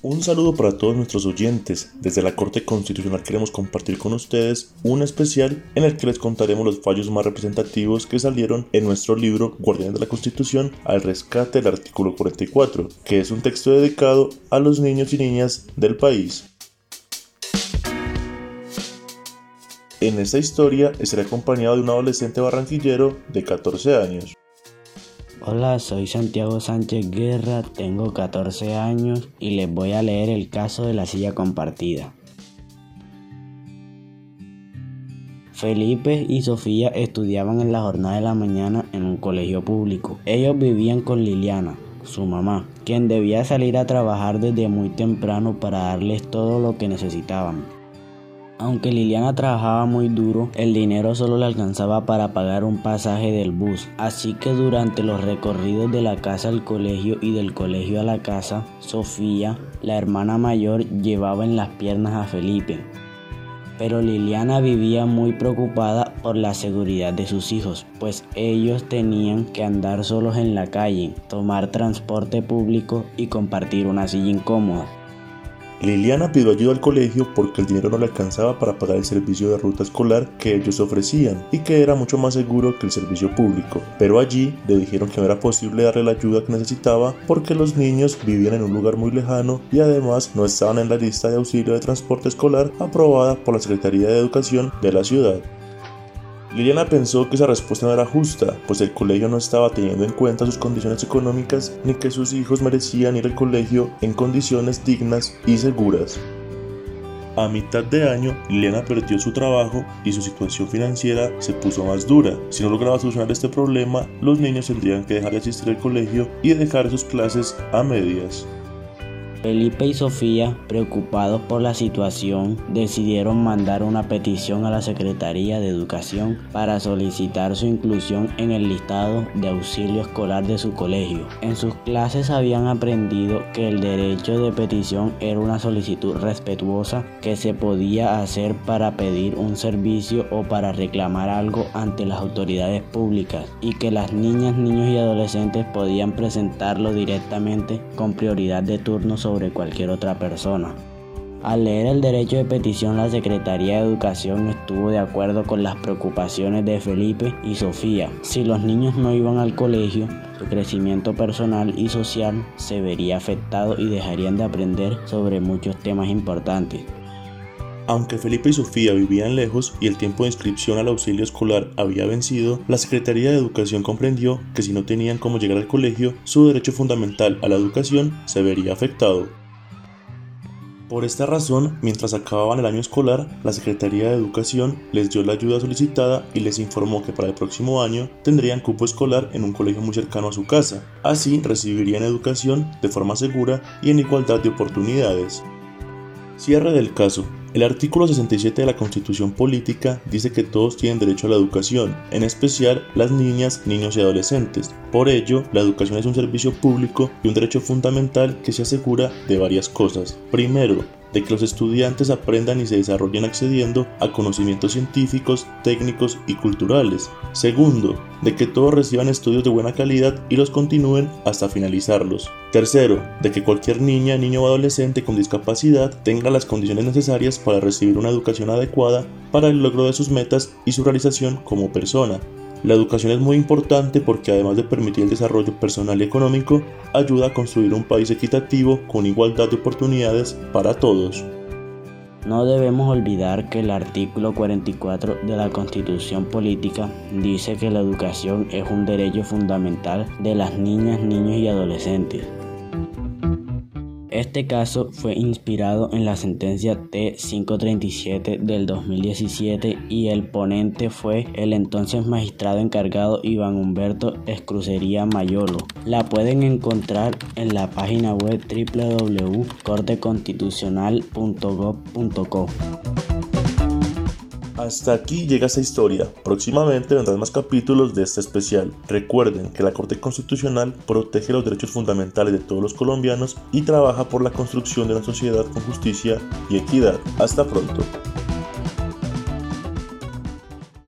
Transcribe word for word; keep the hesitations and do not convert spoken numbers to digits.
Un saludo para todos nuestros oyentes. Desde la Corte Constitucional queremos compartir con ustedes un especial en el que les contaremos los fallos más representativos que salieron en nuestro libro Guardianes de la Constitución al rescate del artículo cuarenta y cuatro, que es un texto dedicado a los niños y niñas del país. En esta historia estaré acompañado de un adolescente barranquillero de catorce años. Hola, soy Santiago Sánchez Guerra, tengo catorce años y les voy a leer el caso de la silla compartida. Felipe y Sofía estudiaban en la jornada de la mañana en un colegio público. Ellos vivían con Liliana, su mamá, quien debía salir a trabajar desde muy temprano para darles todo lo que necesitaban. Aunque Liliana trabajaba muy duro, el dinero solo le alcanzaba para pagar un pasaje del bus, así que durante los recorridos de la casa al colegio y del colegio a la casa, Sofía, la hermana mayor, llevaba en las piernas a Felipe. Pero Liliana vivía muy preocupada por la seguridad de sus hijos, pues ellos tenían que andar solos en la calle, tomar transporte público y compartir una silla incómoda. Liliana pidió ayuda al colegio porque el dinero no le alcanzaba para pagar el servicio de ruta escolar que ellos ofrecían y que era mucho más seguro que el servicio público, pero allí le dijeron que no era posible darle la ayuda que necesitaba porque los niños vivían en un lugar muy lejano y además no estaban en la lista de auxilio de transporte escolar aprobada por la Secretaría de Educación de la ciudad. Liliana pensó que esa respuesta no era justa, pues el colegio no estaba teniendo en cuenta sus condiciones económicas ni que sus hijos merecían ir al colegio en condiciones dignas y seguras. A mitad de año, Liliana perdió su trabajo y su situación financiera se puso más dura. Si no lograba solucionar este problema, los niños tendrían que dejar de asistir al colegio y dejar sus clases a medias. Felipe y Sofía, preocupados por la situación, decidieron mandar una petición a la Secretaría de Educación para solicitar su inclusión en el listado de auxilio escolar de su colegio. En sus clases habían aprendido que el derecho de petición era una solicitud respetuosa que se podía hacer para pedir un servicio o para reclamar algo ante las autoridades públicas y que las niñas, niños y adolescentes podían presentarlo directamente con prioridad de turno sobre sobre cualquier otra persona. Al leer el derecho de petición, la Secretaría de Educación estuvo de acuerdo con las preocupaciones de Felipe y Sofía. Si los niños no iban al colegio, su crecimiento personal y social se vería afectado y dejarían de aprender sobre muchos temas importantes. Aunque Felipe y Sofía vivían lejos y el tiempo de inscripción al auxilio escolar había vencido, la Secretaría de Educación comprendió que si no tenían cómo llegar al colegio, su derecho fundamental a la educación se vería afectado. Por esta razón, mientras acababan el año escolar, la Secretaría de Educación les dio la ayuda solicitada y les informó que para el próximo año tendrían cupo escolar en un colegio muy cercano a su casa. Así recibirían educación de forma segura y en igualdad de oportunidades. Cierre del caso. El artículo sesenta y siete de la Constitución Política dice que todos tienen derecho a la educación, en especial las niñas, niños y adolescentes. Por ello, la educación es un servicio público y un derecho fundamental que se asegura de varias cosas. Primero, de que los estudiantes aprendan y se desarrollen accediendo a conocimientos científicos, técnicos y culturales. Segundo, de que todos reciban estudios de buena calidad y los continúen hasta finalizarlos. Tercero, de que cualquier niña, niño o adolescente con discapacidad tenga las condiciones necesarias para recibir una educación adecuada para el logro de sus metas y su realización como persona. La educación es muy importante porque además de permitir el desarrollo personal y económico, ayuda a construir un país equitativo con igualdad de oportunidades para todos. No debemos olvidar que el artículo cuarenta y cuatro de la Constitución Política dice que la educación es un derecho fundamental de las niñas, niños y adolescentes. Este caso fue inspirado en la sentencia T quinientos treinta y siete del dos mil diecisiete y el ponente fue el entonces magistrado encargado Iván Humberto Escrucería Mayolo. La pueden encontrar en la página web doble u doble u doble u punto corte constitucional punto gob punto co. Hasta aquí llega esta historia. Próximamente vendrán más capítulos de este especial. Recuerden que la Corte Constitucional protege los derechos fundamentales de todos los colombianos y trabaja por la construcción de una sociedad con justicia y equidad. Hasta pronto.